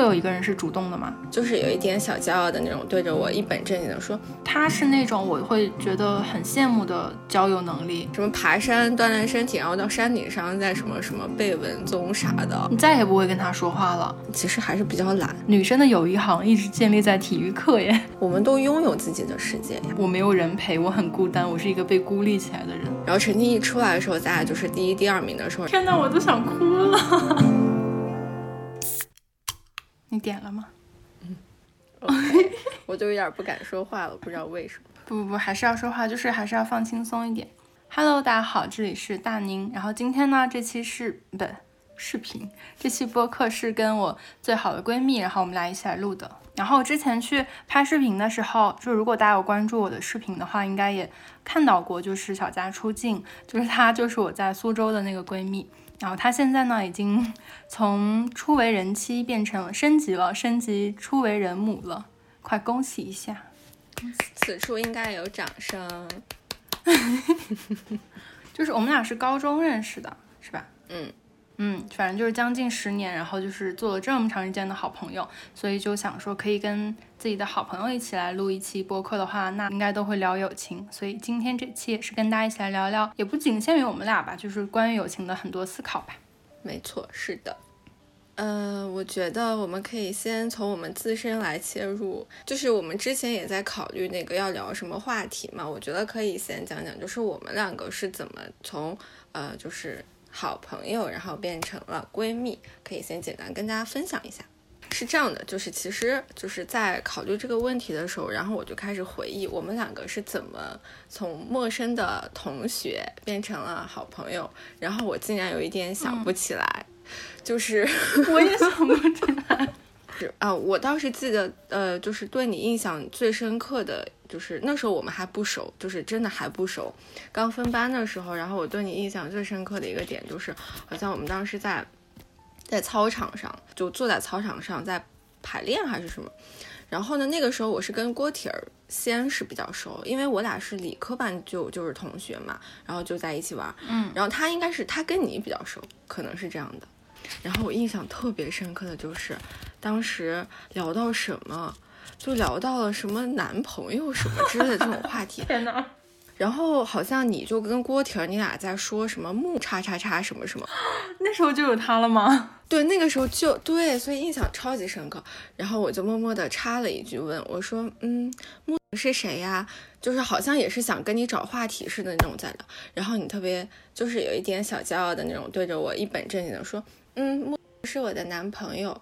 会有一个人是主动的吗？ 就是有一点小骄傲的那种，对着我一本正经的说。 他是那种我会觉得很羡慕的交友能力， 什么爬山锻炼身体，然后到山顶上再什么什么背文综啥的， 你再也不会跟他说话了。 其实还是比较懒。 女生的友谊好像一直建立在体育课耶。 我们都拥有自己的世界呀。 我没有人陪，我很孤单，我是一个被孤立起来的人。 然后成绩一出来的时候，咱俩就是第一、第二名的时候， 天哪，我都想哭了。你点了吗 ？OK， 我就有点不敢说话了，不知道为什么。 不，还是要说话，就是还是要放轻松一点。Hello， 大家好，这里是大宁。然后今天呢，这期视频，这期播客是跟我最好的闺蜜，然后我们俩一起来录的。然后之前去拍视频的时候，就如果大家有关注我的视频的话，应该也看到过，就是小家出镜，就是她就是我在苏州的那个闺蜜。然后她现在呢，已经从初为人妻变成了升级初为人母了，快恭喜一下！ 此处应该有掌声。 就是我们俩是高中认识的，是吧？反正就是将近10年，然后就是做了这么长时间的好朋友，所以就想说可以跟自己的好朋友一起来录一期播客的话，那应该都会聊友情，所以今天这期也是跟大家一起来聊聊，也不仅限于我们俩吧，就是关于友情的很多思考吧。 没错，是的。我觉得我们可以先从我们自身来切入，就是我们之前也在考虑那个要聊什么话题嘛，我觉得可以先讲讲，就是我们两个是怎么从就是好朋友然后变成了闺蜜，可以先简单跟大家分享一下。是这样的，就是其实就是在考虑这个问题的时候，然后我就开始回忆我们两个是怎么从陌生的同学变成了好朋友，然后我竟然有一点想不起来。就是我也想不起来我倒是记得就是对你印象最深刻的就是那时候我们还不熟，就是真的还不熟，刚分班的时候，然后我对你印象最深刻的一个点就是好像我们当时在操场上，就坐在操场上在排练还是什么，然后呢那个时候我是跟郭铁儿先是比较熟，因为我俩是理科班就是同学嘛，然后就在一起玩，然后他应该是他跟你比较熟，可能是这样的。然后我印象特别深刻的就是当时聊到什么，就聊到了什么男朋友什么之类的这种话题。 天哪！ 然后好像你就跟郭婷你俩在说什么木叉叉叉什么什么， 那时候就有他了吗？ 对，那个时候就对，所以印象超级深刻。然后我就默默的插了一句问我说木是谁呀？就是好像也是想跟你找话题似的那种在聊。然后你特别就是有一点小骄傲的那种，对着我一本正经的说木是我的男朋友。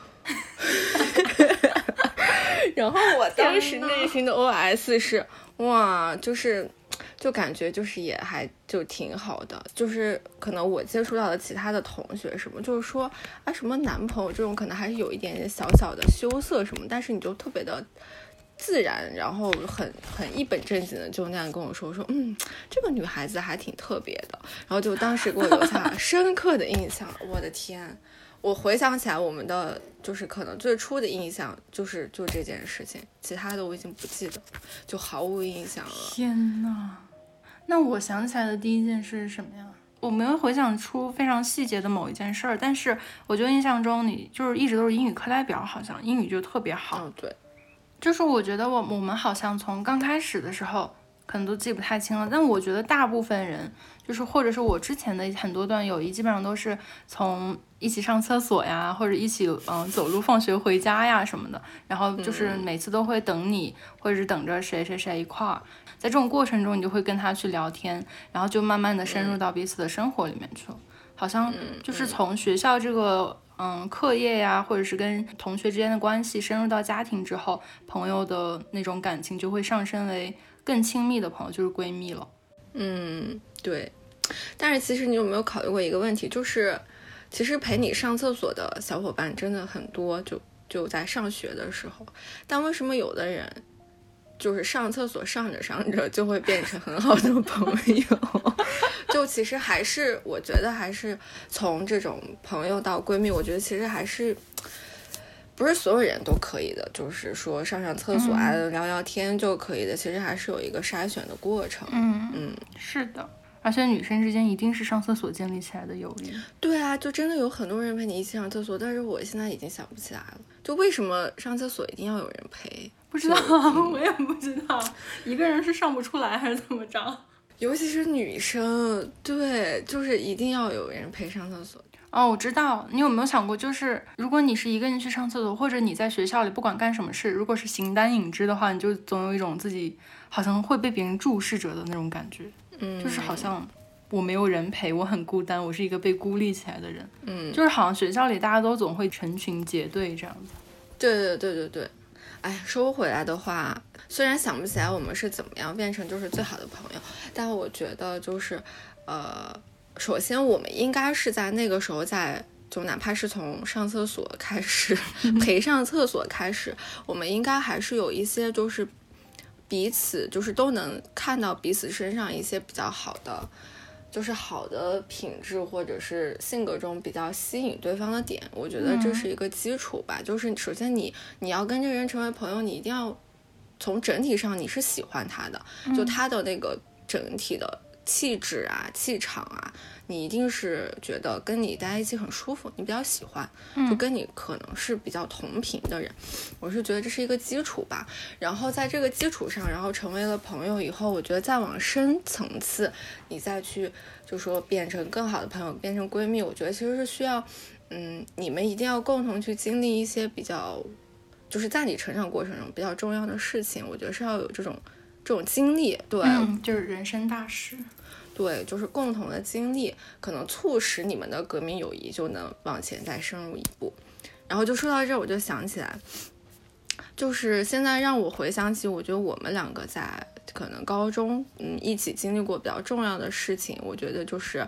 然后我当时内心的 OS 是哇，就感觉就是也还就挺好的，就是可能我接触到的其他的同学什么，就是说什么男朋友这种可能还是有一点点小小的羞涩什么，但是你就特别的自然，然后很一本正经的就那样跟我说这个女孩子还挺特别的，然后就当时给我留下深刻的印象。我的天，我回想起来我们的就是可能最初的印象就这件事情，其他的我已经不记得，就毫无印象了。 天哪！那我想起来的第一件事是什么呀？我没有回想出非常细节的某一件事儿，但是我就印象中你就是一直都是英语课代表，好像英语就特别好。 对， 就是我觉得我们好像从刚开始的时候可能都记不太清了，但我觉得大部分人就是或者是我之前的很多段友谊基本上都是从一起上厕所呀，或者一起走路放学回家呀什么的，然后就是每次都会等你或者是等着谁一块儿，在这种过程中你就会跟他去聊天，然后就慢慢的深入到彼此的生活里面去了。好像就是从学校这个课业呀，或者是跟同学之间的关系深入到家庭之后，朋友的那种感情就会上升为更亲密的朋友，就是闺蜜了。 对。但是其实你有没有考虑过一个问题，就是其实陪你上厕所的小伙伴真的很多，就在上学的时候，但为什么有的人就是上厕所上着就会变成很好的朋友？就其实还是我觉得还是从这种朋友到闺蜜，我觉得其实还是不是所有人都可以的，就是说上厕所聊聊天就可以的，其实还是有一个筛选的过程。 是的。 而且女生之间一定是上厕所建立起来的友谊。 对啊，就真的有很多人陪你一起上厕所，但是我现在已经想不起来了，就为什么上厕所一定要有人陪？ 不知道，我也不知道，一个人是上不出来还是怎么着？ 尤其是女生，对，就是一定要有人陪上厕所。 哦，我知道，你有没有想过，就是如果你是一个人去上厕所，或者你在学校里不管干什么事，如果是形单影只的话，你就总有一种自己好像会被别人注视着的那种感觉，就是好像我没有人陪，我很孤单，我是一个被孤立起来的人，就是好像学校里大家都总会成群结队这样子。 对，哎，说回来的话，虽然想不起来我们是怎么样变成就是最好的朋友，但我觉得就是首先我们应该是在那个时候就哪怕是从上厕所开始陪上厕所开始，我们应该还是有一些就是彼此就是都能看到彼此身上一些比较好的就是好的品质，或者是性格中比较吸引对方的点，我觉得这是一个基础吧。就是首先你要跟这个人成为朋友，你一定要从整体上你是喜欢他的，就他的那个整体的气质啊气场啊，你一定是觉得跟你待在一起很舒服，你比较喜欢，就跟你可能是比较同频的人，我是觉得这是一个基础吧。然后在这个基础上，然后成为了朋友以后，我觉得再往深层次你再去就说变成更好的朋友，变成闺蜜，我觉得其实是需要你们一定要共同去经历一些比较就是在你成长过程中比较重要的事情，我觉得是要有这种经历。对， 就是人生大事。 对，就是共同的经历可能促使你们的革命友谊就能往前再深入一步。然后就说到这儿，我就想起来，就是现在让我回想起，我觉得我们两个在可能高中一起经历过比较重要的事情，我觉得就是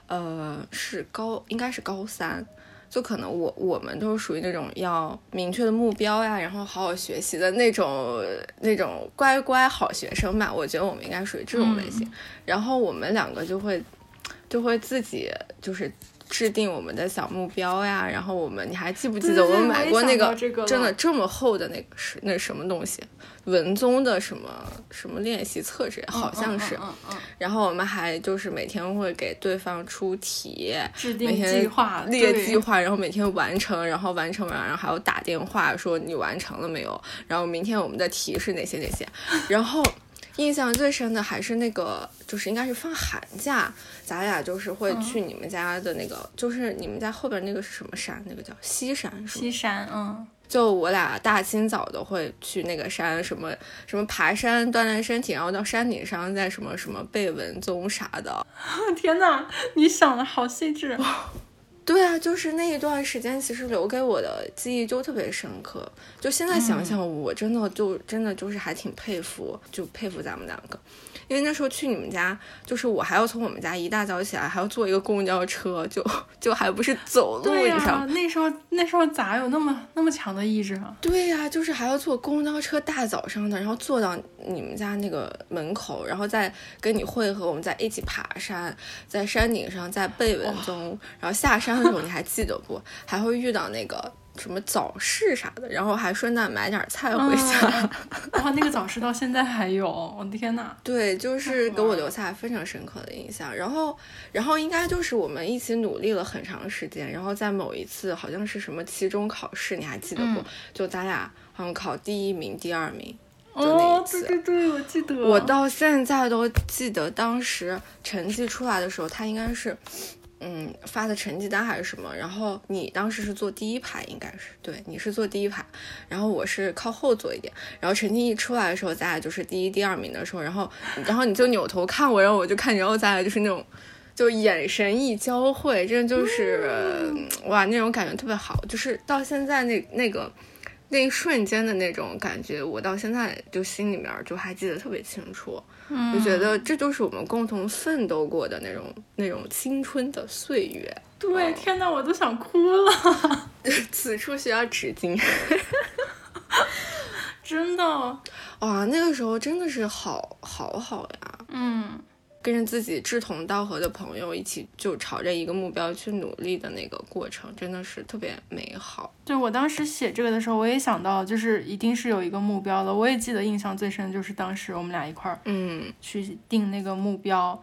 应该是高三，就可能我们都是属于那种要明确的目标呀，然后好好学习的那种乖乖好学生吧，我觉得我们应该属于这种类型。然后我们两个就会自己就是制定我们的小目标呀，然后你还记不记得我们买过那个真的这么厚的那什么东西，文综的什么练习册之类，好像是。然后我们还就是每天会给对方出题， 制定计划， 列计划，然后每天完成，然后完成完，然后还要打电话说你完成了没有，然后明天我们的题是哪些，然后。印象最深的还是那个，就是应该是放寒假，咱俩就是会去你们家的那个，就是你们家后边那个是什么山？那个叫西山， 西山， 就我俩大清早的会去那个山，什么爬山锻炼身体，然后到山顶上再什么背文综啥的。 天哪，你想的好细致。 对啊，就是那一段时间，其实留给我的记忆就特别深刻。就现在想想，我真的就是还挺佩服咱们两个，因为那时候去你们家，就是我还要从我们家一大早起来，还要坐一个公交车，就还不是走路， 对呀、 你知道？ 那时候咋有那么强的意志啊？ 对呀、就是还要坐公交车，大早上的，然后坐到你们家那个门口，然后再跟你会合，我们再一起爬山，在山顶上再背文综，然后下山的时候你还记得不？还会遇到那个什么早市啥的，然后还顺带买点菜回家。 哇，那个早市到现在还有，我的天哪！ 对，就是给我留下非常深刻的印象。然后应该就是我们一起努力了很长时间，然后在某一次好像是什么期中考试，你还记得不？就咱俩好像考第1名、第2名。就那一次， 对，我记得。 我到现在都记得当时成绩出来的时候，他应该是发的成绩单还是什么，然后你当时是坐第一排，应该是对，你是坐第一排，然后我是靠后坐一点，然后成绩一出来的时候，咱俩就是第1、第2名的时候，然后你就扭头看我，然后我就看你，然后咱俩就是那种就眼神一交汇，真的就是哇，那种感觉特别好，就是到现在那一瞬间的那种感觉，我到现在就心里面就还记得特别清楚。就觉得这就是我们共同奋斗过的那种青春的岁月。 对，天哪，我都想哭了。 此处需要纸巾。 真的哇，那个时候真的是好呀。跟着自己志同道合的朋友一起就朝着一个目标去努力的那个过程，真的是特别美好。 对，我当时写这个的时候，我也想到就是一定是有一个目标的。我也记得印象最深就是当时我们俩一块儿去定那个目标，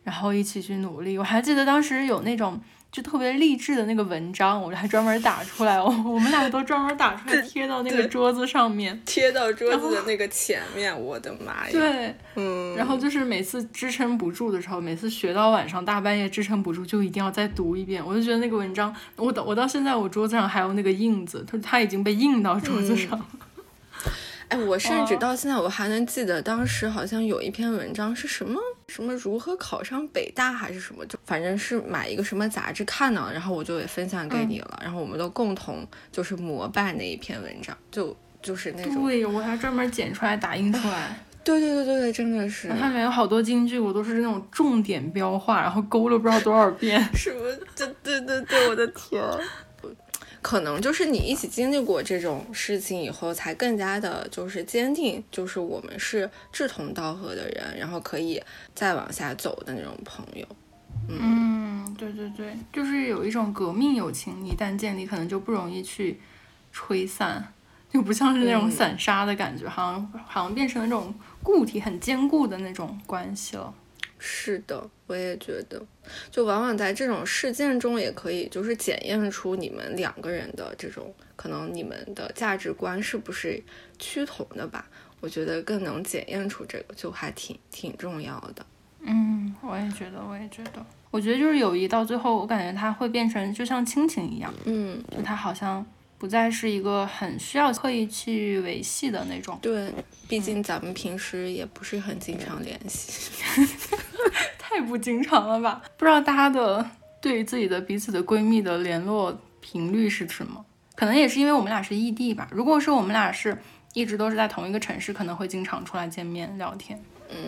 然后一起去努力。我还记得当时有那种就特别励志的那个文章，我还专门打出来，我们俩都专门打出来贴到那个桌子上面， 贴到桌子的那个前面，我的妈呀！ 对，然后就是每次支撑不住的时候，每次学到晚上大半夜支撑不住，就一定要再读一遍。我就觉得那个文章，我到现在我桌子上还有那个印子，它已经被印到桌子上了。 哎，我甚至到现在我还能记得，当时好像有一篇文章是什么如何考上北大还是什么，就反正是买一个什么杂志看呢，然后我就也分享给你了，然后我们都共同就是膜拜那一篇文章，就是那种。 对，我还专门剪出来打印出来。 对，真的是。 它里面有好多金句，我都是那种重点标化，然后勾了不知道多少遍。 什么？对，我的天！可能就是你一起经历过这种事情以后，才更加的就是坚定，就是我们是志同道合的人，然后可以再往下走的那种朋友。 对，就是有一种革命友情，一旦建立，可能就不容易去吹散，就不像是那种散沙的感觉，好像变成那种固体很坚固的那种关系了。 是的，我也觉得，就往往在这种事件中，也可以就是检验出你们两个人的这种可能你们的价值观是不是趋同的吧。我觉得更能检验出这个，就还挺重要的。 我也觉得，我觉得就是友谊到最后，我感觉它会变成就像亲情一样，就它好像不再是一个很需要刻意去维系的那种。 对，毕竟咱们平时也不是很经常联系。 太不经常了吧？不知道大家的对于自己的彼此的闺蜜的联络频率是什么？可能也是因为我们俩是异地吧。如果是我们俩是一直都是在同一个城市，可能会经常出来见面聊天。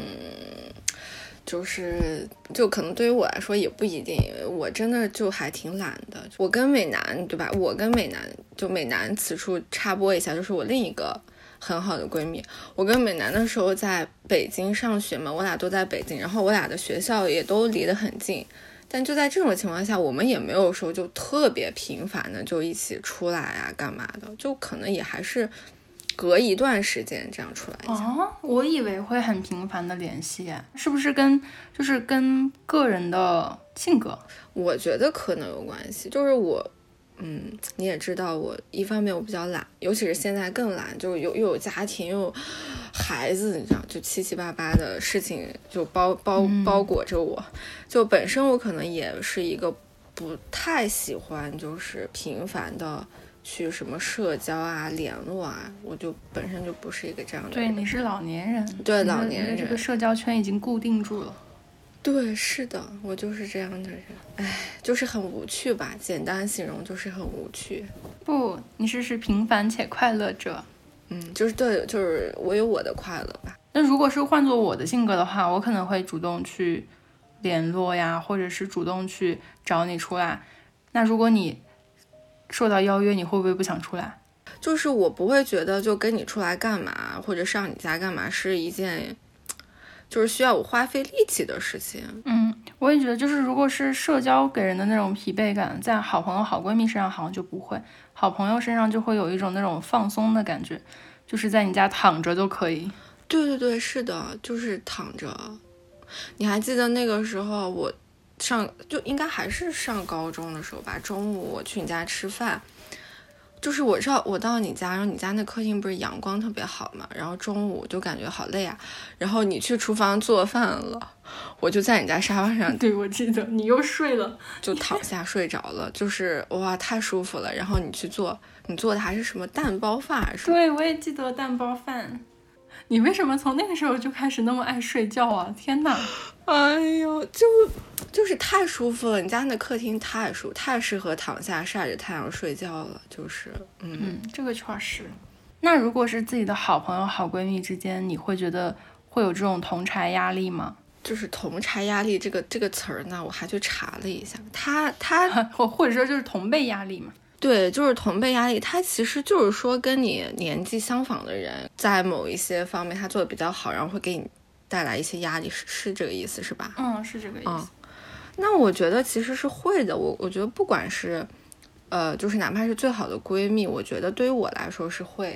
就可能对于我来说也不一定，因为我真的就还挺懒的。我跟美男，对吧？我跟美男此处插播一下，就是我另一个很好的闺蜜。我跟美男的时候在北京上学嘛，我俩都在北京，然后我俩的学校也都离得很近。但就在这种情况下，我们也没有说就特别频繁的就一起出来啊干嘛的，就可能也还是隔一段时间这样出来一下。 我以为会很频繁的联系，是不是跟个人的性格？ 我觉得可能有关系，就是我你也知道，我一方面我比较懒，尤其是现在更懒，就又有家庭又有孩子，你知道，就七七八八的事情就包裹着我。就本身我可能也是一个不太喜欢就是频繁的去什么社交啊联络啊，我就本身就不是一个这样的人。 对，你是老年人。 对，老年人， 这个社交圈已经固定住了。 对，是的，我就是这样的人。就是很无趣吧，简单形容就是很无趣。 不，你是平凡且快乐者。 就是对，就是我有我的快乐吧。 那如果是换做我的性格的话，我可能会主动去联络呀，或者是主动去找你出来。那如果你受到邀约，你会不会不想出来？ 就是我不会觉得就跟你出来干嘛，或者上你家干嘛是一件就是需要我花费力气的事情。 我也觉得，就是如果是社交给人的那种疲惫感，在好朋友好闺蜜身上好像就不会，好朋友身上就会有一种那种放松的感觉，就是在你家躺着就可以。 对，是的，就是躺着。你还记得那个时候我就应该还是上高中的时候吧，中午我去你家吃饭，就是我到你家，然后你家那客厅不是阳光特别好嘛，然后中午就感觉好累啊，然后你去厨房做饭了，我就在你家沙发上， 对，我记得你又睡了， 就躺下睡着了，就是哇太舒服了。然后你做的还是什么蛋包饭还是？ 对，我也记得蛋包饭。你为什么从那个时候就开始那么爱睡觉啊？天哪！ 哎呦，就是太舒服了，你家那客厅太适合躺下晒着太阳睡觉了，就是这个确实。那如果是自己的好朋友好闺蜜之间，你会觉得会有这种同侪压力吗？ 就是同侪压力这个词儿呢，我还去查了一下，它或者说就是同辈压力嘛。 对，就是同辈压力，它其实就是说跟你年纪相仿的人，在某一些方面他做的比较好，然后会给你带来一些压力，是这个意思是吧？ 是这个意思。 那我觉得其实是会的，我觉得不管是就是哪怕是最好的闺蜜，我觉得对于我来说是会的。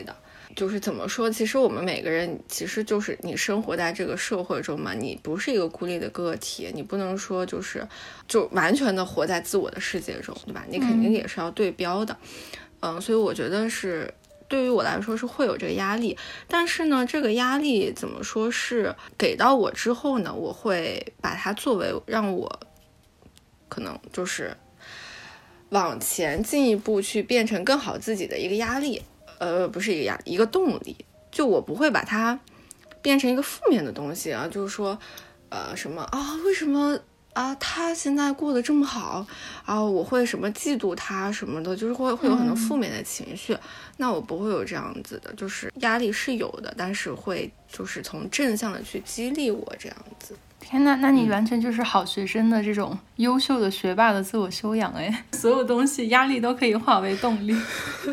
就是怎么说，其实我们每个人其实就是你生活在这个社会中嘛，你不是一个孤立的个体，你不能说就完全的活在自我的世界中，对吧？你肯定也是要对标的。所以我觉得是对于我来说是会有这个压力，但是呢，这个压力怎么说是给到我之后呢，我会把它作为让我可能就是往前进一步去变成更好自己的一个压力，不是一个动力，就我不会把它变成一个负面的东西啊，就是说什么啊，为什么啊他现在过得这么好啊，我会什么嫉妒他什么的，就是会有很多负面的情绪。那我不会有这样子的，就是压力是有的，但是会就是从正向的去激励我这样子。 天呐，那你完全就是好学生的这种优秀的学霸的自我修养哎，所有东西压力都可以化为动力。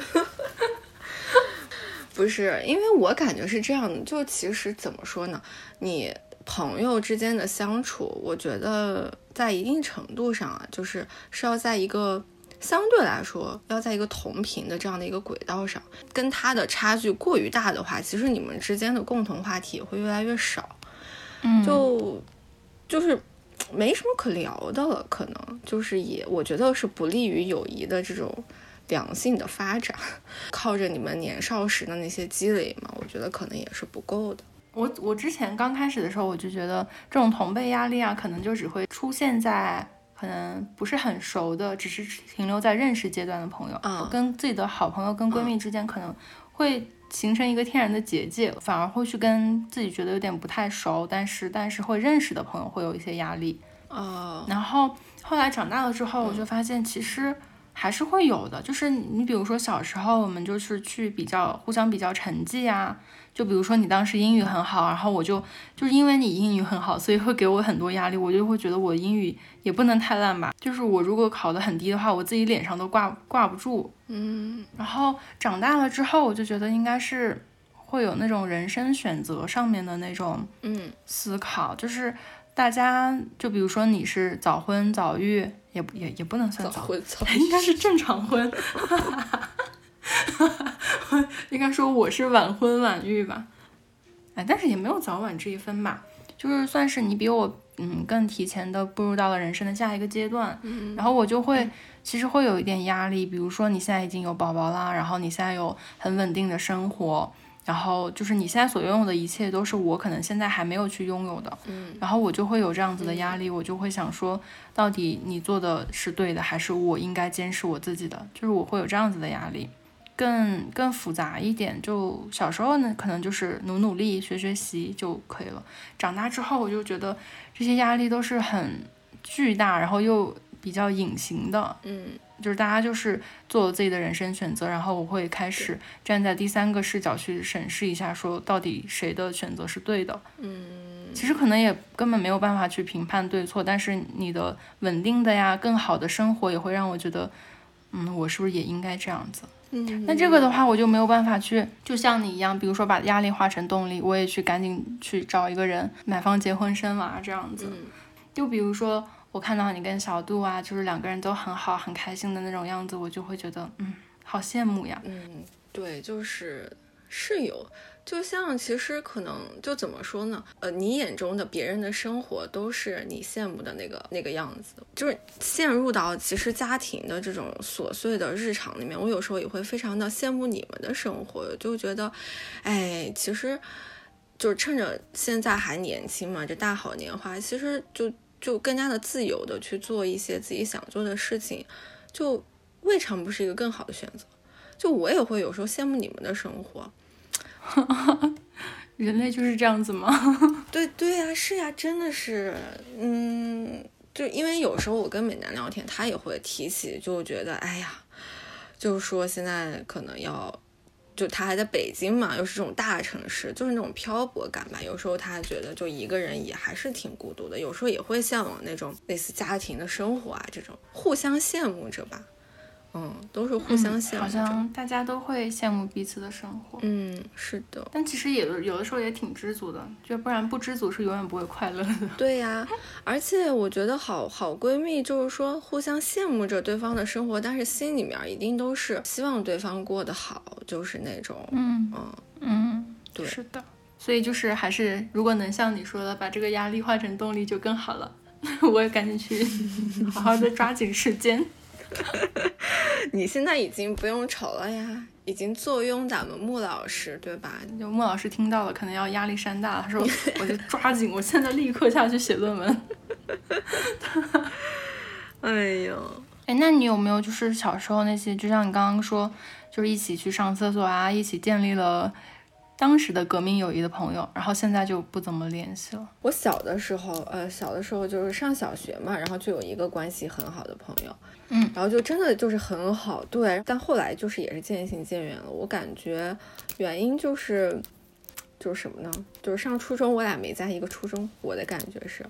不是，因为我感觉是这样的，就其实怎么说呢，你朋友之间的相处，我觉得在一定程度上啊，就是要在一个相对来说要在一个同频的这样的一个轨道上，跟他的差距过于大的话，其实你们之间的共同话题也会越来越少，就是没什么可聊的了，可能就是我觉得是不利于友谊的这种良性的发展。靠着你们年少时的那些积累嘛，我觉得可能也是不够的。 我之前刚开始的时候，我就觉得这种同辈压力啊，可能就只会出现在可能不是很熟的，只是停留在认识阶段的朋友，跟自己的好朋友跟闺蜜之间可能会形成一个天然的结界，反而会去跟自己觉得有点不太熟，但是会认识的朋友会有一些压力。然后后来长大了之后，我就发现其实还是会有的，就是你比如说小时候我们就是去互相比较成绩啊，就比如说你当时英语很好，然后我就是因为你英语很好，所以会给我很多压力，我就会觉得我英语也不能太烂吧，就是我如果考得很低的话，我自己脸上都挂不住。然后长大了之后，我就觉得应该是会有那种人生选择上面的那种思考，就是大家就比如说你是早婚早育，也不能算早婚早育， 应该是正常婚。应该说我是晚婚晚育吧，但是也没有早晚这一分吧，就是算是你比我更提前的步入到了人生的下一个阶段。然后我就会其实会有一点压力，比如说你现在已经有宝宝啦，然后你现在有很稳定的生活，然后就是你现在所拥有的一切都是我可能现在还没有去拥有的。然后我就会有这样子的压力，我就会想说到底你做的是对的，还是我应该坚持我自己的，就是我会有这样子的压力。更复杂一点，就小时候呢可能就是努力学习就可以了，长大之后我就觉得这些压力都是很巨大，然后又比较隐形的。就是大家就是做了自己的人生选择，然后我会开始站在第三个视角去审视一下，说到底谁的选择是对的。其实可能也根本没有办法去评判对错，但是你的稳定的呀更好的生活也会让我觉得我是不是也应该这样子。那这个的话我就没有办法去就像你一样，比如说把压力化成动力，我也去赶紧去找一个人买房结婚生娃这样子。就比如说我看到你跟小杜啊，就是两个人都很好很开心的那种样子，我就会觉得好羡慕呀。 对，是有，就像其实可能就怎么说呢，你眼中的别人的生活都是你羡慕的那个样子，就是陷入到其实家庭的这种琐碎的日常里面，我有时候也会非常的羡慕你们的生活，就觉得其实就是趁着现在还年轻嘛，这大好年华，其实就更加的自由的去做一些自己想做的事情，就未尝不是一个更好的选择。就我也会有时候羡慕你们的生活。 人类就是这样子吗？ 对呀，是呀，真的是。就因为有时候我跟美男聊天，他也会提起，就觉得就是说现在可能就他还在北京嘛，又是这种大城市，就是那种漂泊感吧。有时候他觉得就一个人也还是挺孤独的，有时候也会向往那种类似家庭的生活啊，这种互相羡慕着吧。都是互相羡慕着， 好像大家都会羡慕彼此的生活。 是的。 但其实有的时候也挺知足的，就不然不知足是永远不会快乐的。 对呀，而且我觉得好闺蜜就是说互相羡慕着对方的生活，但是心里面一定都是希望对方过得好，就是那种对， 是的。所以就是还是如果能像你说的把这个压力换成动力就更好了。我也赶紧去好好的抓紧时间。 你现在已经不用愁了呀，已经坐拥咱们穆老师，对吧？ 就穆老师听到了可能要压力山大了，他说我就抓紧，我现在立刻下去写论文。 哎呦， 那你有没有就是小时候那些，就像你刚刚说，就是一起去上厕所啊，一起建立了当时的革命友谊的朋友，然后现在就不怎么联系了？ 我小的时候就是上小学嘛，然后就有一个关系很好的朋友，然后就真的就是很好，对，但后来就是也是渐行渐远了。我感觉原因就是什么呢？就是上初中我俩没在一个初中，我的感觉是，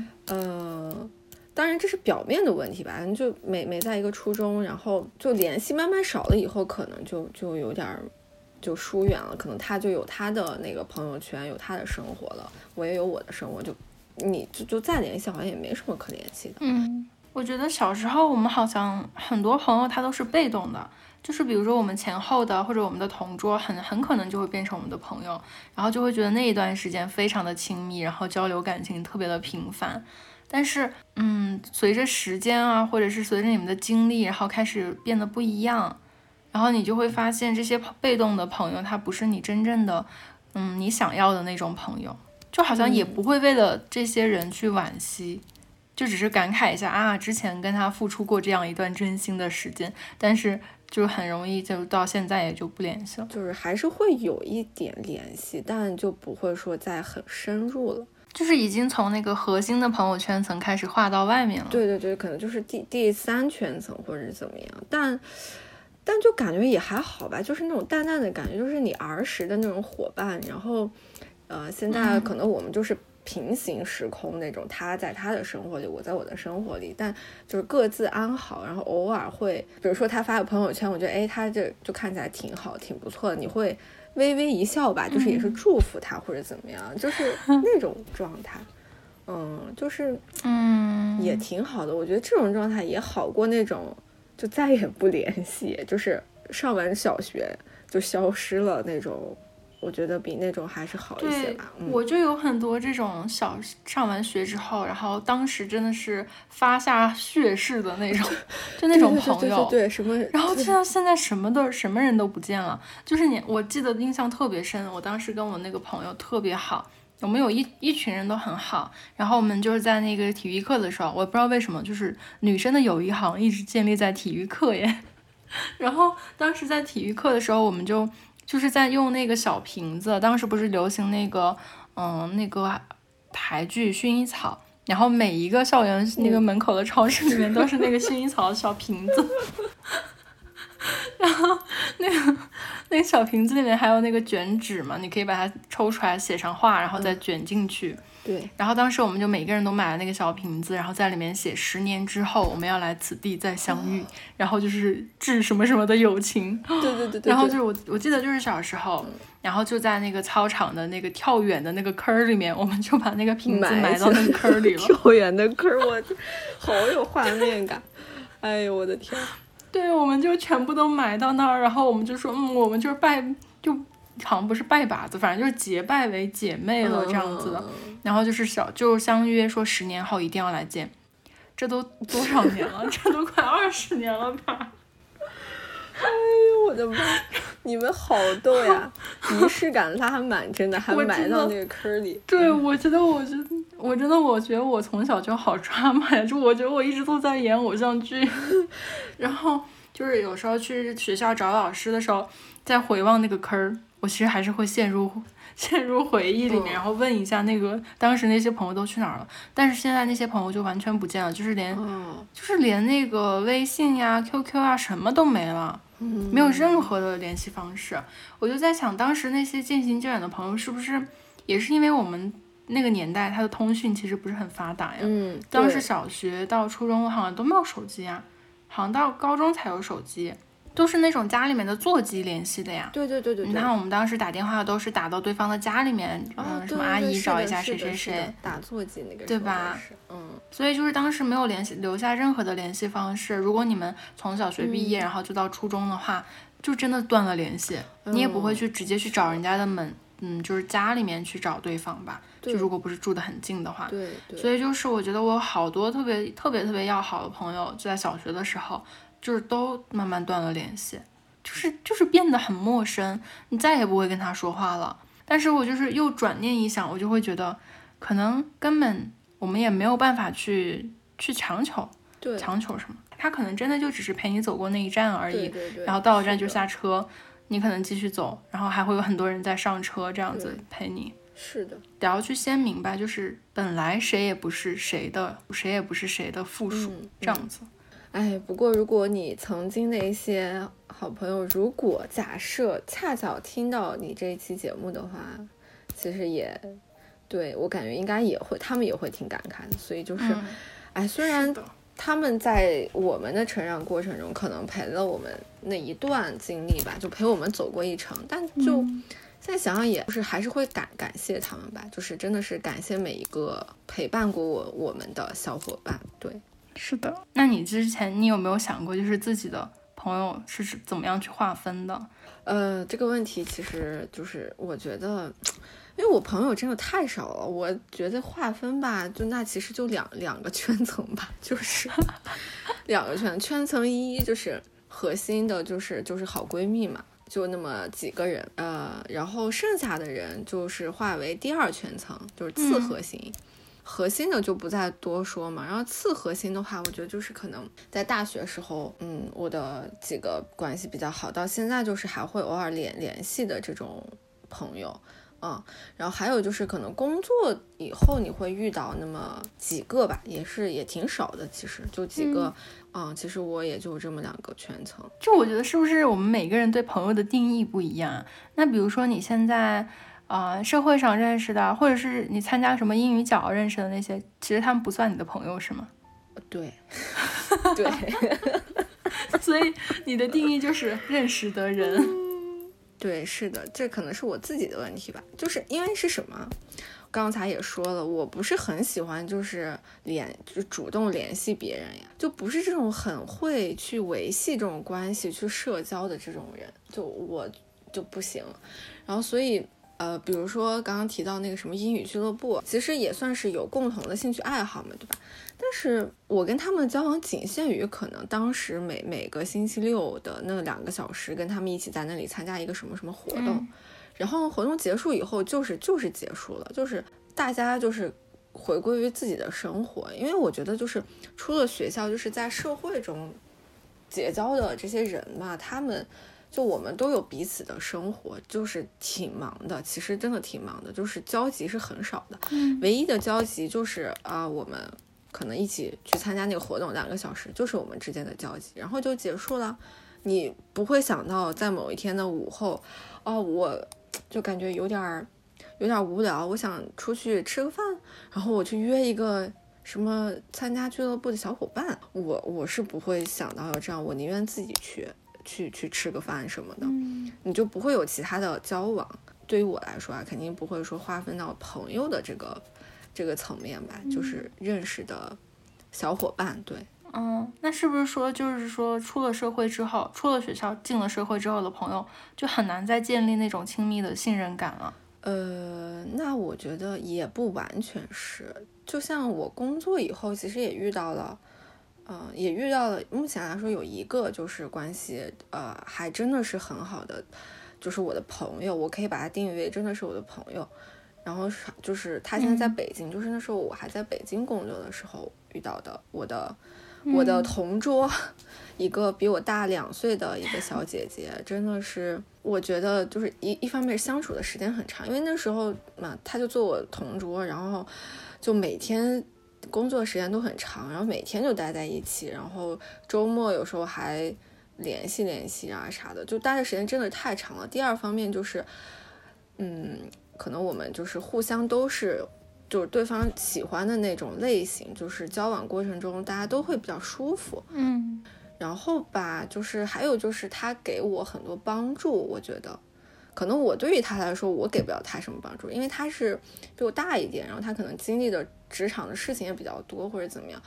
当然这是表面的问题吧，就没在一个初中，然后就联系慢慢少了以后，可能就有点就疏远了，可能他就有他的那个朋友圈，有他的生活了，我也有我的生活，就再联系好像也没什么可联系的。 我觉得小时候我们好像很多朋友他都是被动的，就是比如说我们前后的或者我们的同桌很可能就会变成我们的朋友，然后就会觉得那一段时间非常的亲密，然后交流感情特别的频繁。但是随着时间啊，或者是随着你们的经历，然后开始变得不一样，然后你就会发现这些被动的朋友他不是你真正的你想要的那种朋友，就好像也不会为了这些人去惋惜，就只是感慨一下啊，之前跟他付出过这样一段真心的时间，但是就很容易就到现在也就不联系了， 就是还是会有一点联系，但就不会说再很深入了， 就是已经从那个核心的朋友圈层开始划到外面了。 对对对，可能就是第三圈层或者是怎么样，但就感觉也还好吧，就是那种淡淡的感觉，就是你儿时的那种伙伴，然后现在可能我们就是平行时空那种，他在他的生活里，我在我的生活里，但就是各自安好，然后偶尔会比如说他发个朋友圈，我觉得他这就看起来挺好挺不错的，你会微微一笑吧，就是也是祝福他或者怎么样，就是那种状态就是也挺好的，我觉得这种状态也好过那种就再也不联系，就是上完小学就消失了那种，我觉得比那种还是好一些吧。 我就有很多这种上完学之后，然后当时真的是发下血誓的那种，就那种朋友， 对什么， 然后现在什么人都不见了。就是我记得印象特别深，我当时跟我那个朋友特别好。我们有一群人都很好，然后我们就是在那个体育课的时候，我不知道为什么，就是女生的友谊好像一直建立在体育课耶。然后当时在体育课的时候，我们就是在用那个小瓶子，当时不是流行那个台剧薰衣草，然后每一个校园那个门口的超市里面都是那个薰衣草的小瓶子。然后那个小瓶子里面还有那个卷纸嘛，你可以把它抽出来写上话，然后再卷进去。 对， 然后当时我们就每个人都买了那个小瓶子，然后在里面写10年之后我们要来此地再相遇，然后就是致什么什么的友情。 对。 然后就是我记得就是小时候，然后就在那个操场的那个跳远的那个坑里面，我们就把那个瓶子埋到那个坑里了。 跳远的坑，我好有画面感。哎呦我的天！ 对，我们就全部都埋到那儿，然后我们就说，我们就是就好像不是拜把子，反正就是结拜为姐妹了这样子的。然后就是就相约说10年后一定要来见，这都多少年了？这都快20年了吧？ 哎呦我的妈！你们好逗呀，仪式感拉满，真的还埋到那个坑里。 对，我觉得我从小就好抓马呀，就我觉得我一直都在演偶像剧。然后就是有时候去学校找老师的时候，再回望那个坑，我其实还是会陷入回忆里面，然后问一下那个当时那些朋友都去哪儿了。但是现在那些朋友就完全不见了，就是连那个微信呀、QQ 啊什么都没了。没有任何的联系方式。我就在想，当时那些渐行渐远的朋友是不是也是因为我们那个年代他的通讯其实不是很发达呀？当时小学到初中好像都没有手机呀，好像到高中才有手机，都是那种家里面的座机联系的呀。 对。 你看我们当时打电话都是打到对方的家里面，什么阿姨找一下谁谁谁， 打座机那个， 对吧？所以就是当时没有留下任何的联系方式。如果你们从小学毕业，然后就到初中的话，就真的断了联系，你也不会去直接去找人家的门， 就是家里面去找对方吧，就如果不是住得很近的话。 对对。 所以就是我觉得我有好多特别要好的朋友，就在小学的时候，就是都慢慢断了联系，就是变得很陌生，你再也不会跟他说话了。但是我就是又转念一想，我就会觉得，可能根本我们也没有办法去强求什么。他可能真的就只是陪你走过那一站而已， 对， 然后到了站就下车，你可能继续走，然后还会有很多人在上车这样子陪你。 是的， 得要去先明白，就是本来谁也不是谁的附属，这样子。 不过如果你曾经的一些好朋友，如果假设恰巧听到你这一期节目的话，其实也对我感觉应该他们也会挺感慨的。所以就是，虽然他们在我们的成长过程中可能陪了我们那一段经历吧，就陪我们走过一程，但就现在想想也就是还是会感谢他们吧，就是真的是感谢每一个陪伴过我们的小伙伴。对，是的。 那你之前你有没有想过，就是自己的朋友是怎么样去划分的？ 这个问题其实就是我觉得，因为我朋友真的太少了，我觉得划分吧，就那其实就两个圈层吧，就是两个圈层一就是核心的，就是好闺蜜嘛，就那么几个人，然后剩下的人就是划为第二圈层，就是次核心。核心的就不再多说嘛，然后次核心的话，我觉得就是可能在大学时候，我的几个关系比较好，到现在就是还会偶尔联系的这种朋友，然后还有就是可能工作以后你会遇到那么几个吧，也挺少的，其实就几个，其实我也就这么2个圈层。 就我觉得是不是我们每个人对朋友的定义不一样？那比如说你现在社会上认识的，或者是你参加什么英语角认识的那些，其实他们不算你的朋友是吗？ 对对所以你的定义就是认识的人。 对，是的，这可能是我自己的问题吧，就是因为是什么，刚才也说了，我不是很喜欢就主动联系别人呀，就不是这种很会去维系这种关系去社交的这种人，就我就不行。然后所以比如说刚刚提到那个什么英语俱乐部，其实也算是有共同的兴趣爱好嘛，对吧？但是我跟他们的交往仅限于可能当时每个星期六的那2个小时跟他们一起在那里参加一个什么什么活动，然后活动结束以后就是结束了，就是大家就是回归于自己的生活。因为我觉得就是出了学校，就是在社会中结交的这些人嘛，他们就我们都有彼此的生活，就是挺忙的，其实真的挺忙的，就是交集是很少的。唯一的交集就是我们可能一起去参加那个活动2个小时，就是我们之间的交集，然后就结束了。你不会想到在某一天的午后，我就感觉有点无聊，我想出去吃个饭，然后我去约一个什么参加俱乐部的小伙伴，我是不会想到要这样，我宁愿自己去吃个饭什么的，你就不会有其他的交往。对于我来说肯定不会说划分到朋友的这个层面吧，就是认识的小伙伴。对， 那是不是说就是说出了社会之后，出了学校进了社会之后的朋友就很难再建立那种亲密的信任感了？ 那我觉得也不完全是，就像我工作以后其实也遇到了目前来说有一个就是关系还真的是很好的，就是我的朋友，我可以把他定义为真的是我的朋友。然后就是他现在在北京，就是那时候我还在北京工作的时候遇到的我的同桌，一个比我大2岁的一个小姐姐，真的是我觉得就是一方面相处的时间很长，因为那时候嘛，他就做我同桌，然后就每天工作时间都很长，然后每天就待在一起，然后周末有时候还联系啥的，就待的时间真的太长了。第二方面就是可能我们就是互相都是就是对方喜欢的那种类型，就是交往过程中大家都会比较舒服。然后吧，就是还有就是他给我很多帮助，我觉得可能我对于他来说我给不了他什么帮助，因为他是比我大一点，然后他可能经历的职场的事情也比较多或者怎么样，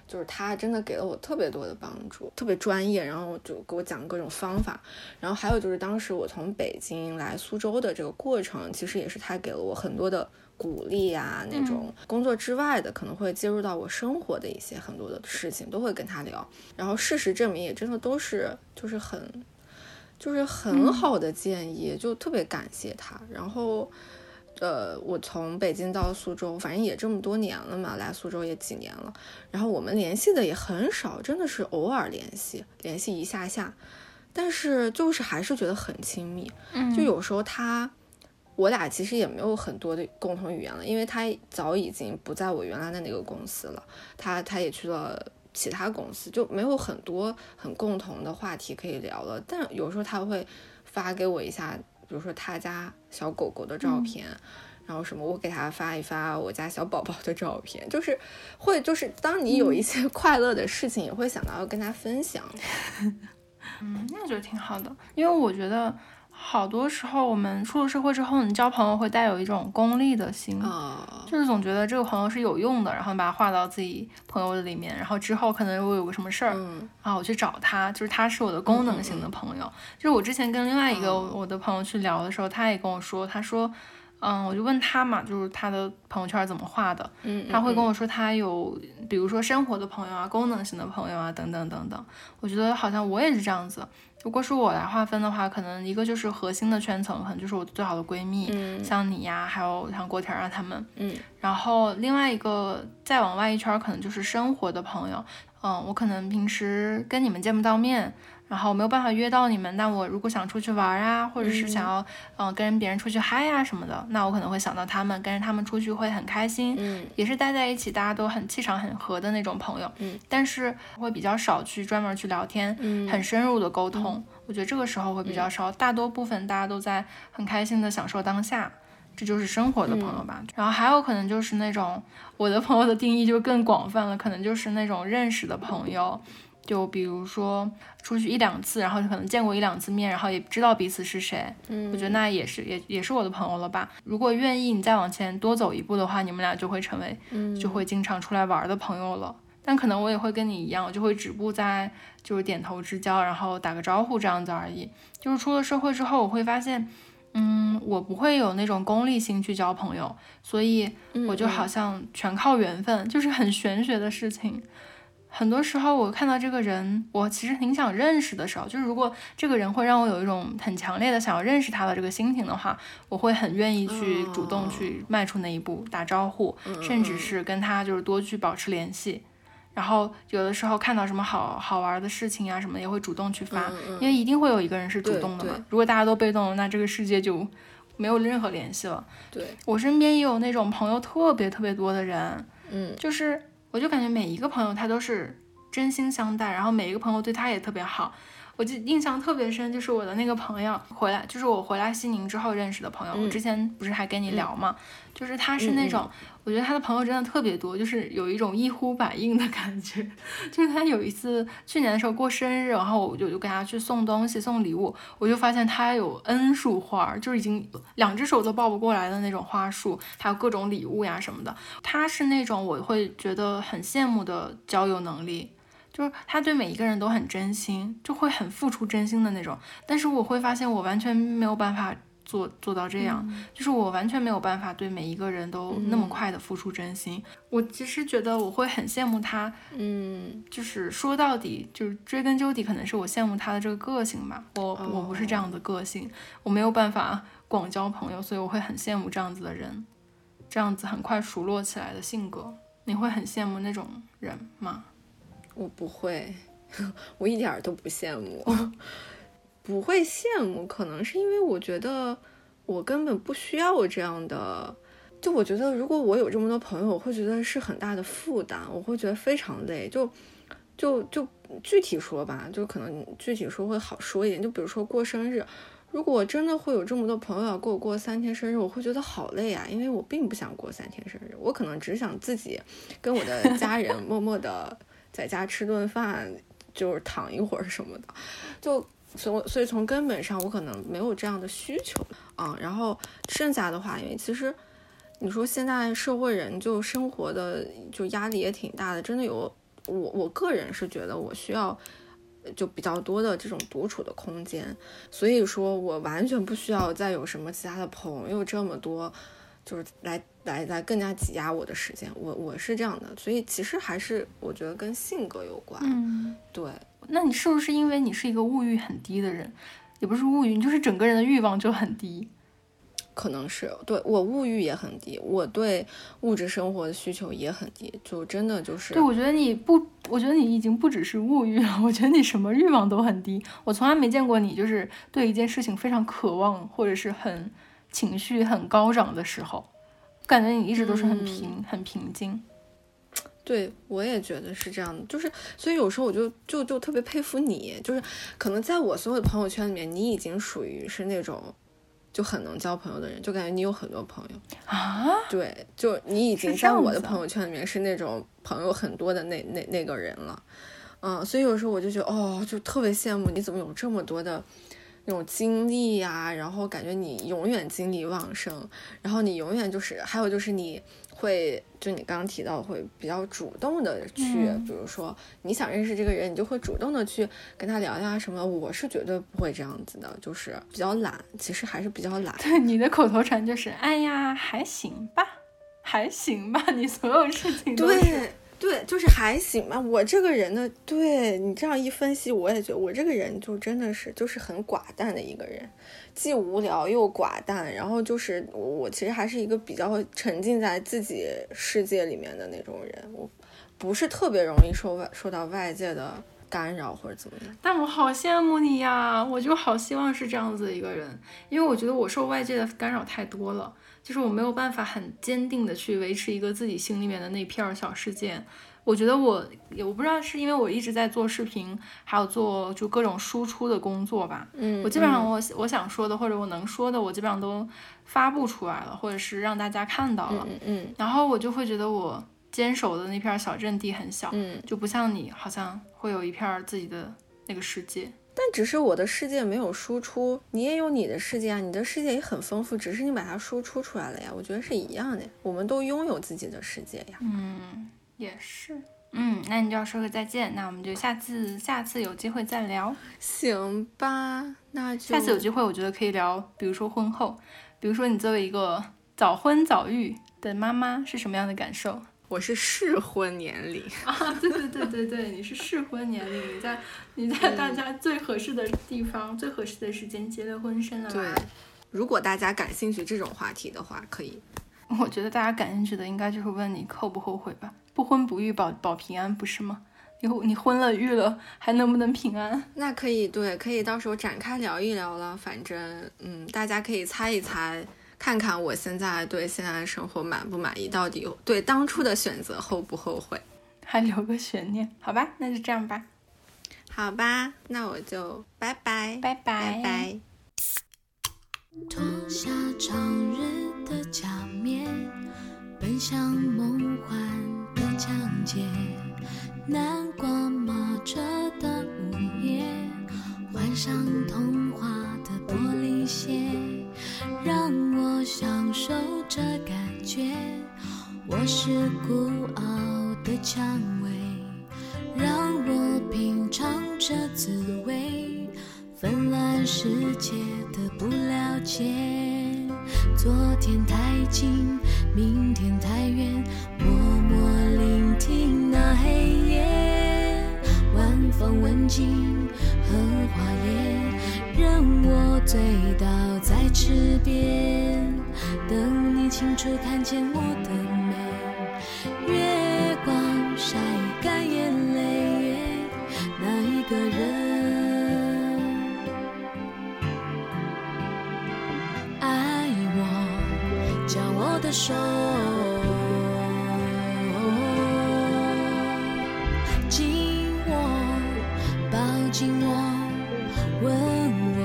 就是他真的给了我特别多的帮助，特别专业，然后就给我讲各种方法。然后还有就是当时我从北京来苏州的这个过程，其实也是他给了我很多的鼓励啊，那种工作之外的可能会接触到我生活的一些很多的事情都会跟他聊。然后事实证明也真的都是就是很好的建议，就特别感谢他。然后我从北京到苏州，反正也这么多年了嘛，来苏州也几年了，然后我们联系的也很少，真的是偶尔联系一下下，但是就是还是觉得很亲密。就有时候我俩其实也没有很多的共同语言了，因为他早已经不在我原来的那个公司了，他也去了其他公司，就没有很多很共同的话题可以聊了。但有时候他会发给我一下，比如说他家小狗狗的照片，然后什么我给他发一发我家小宝宝的照片，就是当你有一些快乐的事情，也会想到要跟他分享。 那我觉得挺好的，因为我觉得好多时候我们出了社会之后，你交朋友会带有一种功利的心，就是总觉得这个朋友是有用的，然后把它划到自己朋友的里面，然后之后可能我有个什么事儿，我去找他，就是他是我的功能性的朋友。就是我之前跟另外一个我的朋友去聊的时候，他也跟我说，他说我就问他嘛，就是他的朋友圈怎么画的，他会跟我说他有比如说生活的朋友啊，功能性的朋友啊，等等等等。我觉得好像我也是这样子，如果是我来划分的话，可能一个就是核心的圈层，可能就是我最好的闺蜜，像你呀，还有像郭甜啊他们，然后另外一个再往外一圈，可能就是生活的朋友，我可能平时跟你们见不到面，然后没有办法约到你们，但我如果想出去玩啊，或者是想要跟别人出去嗨呀什么的，那我可能会想到他们，跟着他们出去会很开心，也是待在一起大家都很气场很合的那种朋友，但是会比较少去专门去聊天，很深入的沟通，我觉得这个时候会比较少，大多部分大家都在很开心的享受当下，这就是生活的朋友吧。然后还有可能就是那种我的朋友的定义就更广泛了，可能就是那种认识的朋友，就比如说出去1-2次，然后可能见过1-2次面，然后也知道彼此是谁，我觉得那也是我的朋友了吧。如果愿意你再往前多走一步的话，你们俩就会成为就会经常出来玩的朋友了。但可能我也会跟你一样，我就会止步在就是点头之交，然后打个招呼这样子而已。就是出了社会之后，我会发现我不会有那种功利心去交朋友，所以我就好像全靠缘分，就是很玄学的事情。很多时候我看到这个人，我其实挺想认识的时候，就是如果这个人会让我有一种很强烈的想要认识他的这个心情的话，我会很愿意去主动去迈出那一步，打招呼，甚至是跟他就是多去保持联系。然后有的时候看到什么好玩的事情啊什么，也会主动去发，因为一定会有一个人是主动的嘛。如果大家都被动了，那这个世界就没有任何联系了。 对， 我身边也有那种朋友特别特别多的人，就是我就感觉每一个朋友他都是真心相待，然后每一个朋友对他也特别好。我就印象特别深，就是我的那个朋友回来，就是我回来西宁之后认识的朋友，我之前不是还跟你聊吗？就是他是那种，我觉得他的朋友真的特别多，就是有一种一呼百应的感觉。就是他有一次去年的时候过生日，然后我就给他去送东西送礼物，我就发现他有 N 束花，就是已经2只手都抱不过来的那种花束，还有各种礼物呀什么的。他是那种我会觉得很羡慕的交友能力。就是他对每一个人都很真心，就会很付出真心的那种，但是我会发现我完全没有办法做到这样，就是我完全没有办法对每一个人都那么快的付出真心。我其实觉得我会很羡慕他，就是说到底就是追根究底，可能是我羡慕他的这个个性吧。我不是这样的个性，我没有办法广交朋友，所以我会很羡慕这样子的人，这样子很快熟络起来的性格。你会很羡慕那种人吗？ 我不会，我一点都不羡慕，不会羡慕，可能是因为我觉得我根本不需要这样的。就我觉得如果我有这么多朋友，我会觉得是很大的负担，我会觉得非常累。就具体说吧，就可能具体说会好说一点。就比如说过生日，如果我真的会有这么多朋友要给我过3天生日，我会觉得好累啊，因为我并不想过3天生日，我可能只想自己跟我的家人默默的在家吃顿饭，就是躺一会儿什么的，所以从根本上我可能没有这样的需求然后剩下的话，因为其实你说现在社会人就生活的就压力也挺大的，真的有我个人是觉得我需要就比较多的这种独处的空间，所以说我完全不需要再有什么其他的朋友这么多，就是来更加挤压我的时间，我是这样的，所以其实还是我觉得跟性格有关。对。 那你是不是因为你是一个物欲很低的人？也不是物欲，你就是整个人的欲望就很低。 可能是对，我物欲也很低，我对物质生活的需求也很低，就真的就是对，我觉得你已经不只是物欲了，我觉得你什么欲望都很低。我从来没见过你就是对一件事情非常渴望，或者是很情绪很高涨的时候，感觉你一直都是很平静。 对，我也觉得是这样的，就是所以有时候我就特别佩服你，就是可能在我所有的朋友圈里面，你已经属于是那种就很能交朋友的人，就感觉你有很多朋友啊。 对，就你已经在我的朋友圈里面是那种朋友很多的那个人了。所以有时候我就觉得就特别羡慕你怎么有这么多的那种精力呀，然后感觉你永远精力旺盛，然后你永远就是还有就是你会就你刚刚提到会比较主动的去比如说你想认识这个人，你就会主动的去跟他聊呀什么。我是绝对不会这样子的，就是比较懒，其实还是比较懒。 对，你的口头禅就是哎呀还行吧还行吧，你所有事情都是对，就是还行吧。我这个人呢，对你这样一分析，我也觉得我这个人就真的是就是很寡淡的一个人，既无聊又寡淡，然后就是我其实还是一个比较沉浸在自己世界里面的那种人，我不是特别容易受到外界的干扰或者怎么样。 但我好羡慕你呀，我就好希望是这样子的一个人，因为我觉得我受外界的干扰太多了，就是我没有办法很坚定的去维持一个自己心里面的那片小世界。我觉得我不知道是因为我一直在做视频，还有做就各种输出的工作吧。我基本上我想说的或者我能说的，我基本上都发布出来了，或者是让大家看到了。然后我就会觉得我坚守的那片小阵地很小，就不像你好像会有一片自己的那个世界。 但只是我的世界没有输出，你也有你的世界啊，你的世界也很丰富，只是你把它输出出来了呀。我觉得是一样的，我们都拥有自己的世界呀。 也是。那你就要说个再见，那我们就下次有机会再聊。 行吧，那就下次有机会我觉得可以聊，比如说婚后，比如说你作为一个早婚早育的妈妈是什么样的感受。 我是适婚年龄对，你是适婚年龄，你在大家最合适的地方、最合适的时间结了婚生了。 对，如果大家感兴趣这种话题的话，可以。 我觉得大家感兴趣的应该就是问你后不后悔吧，不婚不育保平安，不是吗？你婚了育了还能不能平安？ 那可以，对，可以到时候展开聊一聊了。反正大家可以猜一猜，看看我现在对现在的生活满不满意，到底对当初的选择后不后悔， 还留个悬念。好吧，那就这样吧。 好吧，那我就拜拜。 脱下常日的假面，奔向梦幻的疆界，南瓜马车的午夜，换上童话的玻璃鞋，让我享受这感觉。我是孤傲的蔷薇，让我品尝这滋味，纷乱世界的不了解，昨天太近，明天太远，默默聆听那黑夜，晚风吻尽荷花叶，任我醉倒在池边，等你清楚看见我的美，月光晒干眼泪，那一个人将我的手紧握，抱紧我，吻我。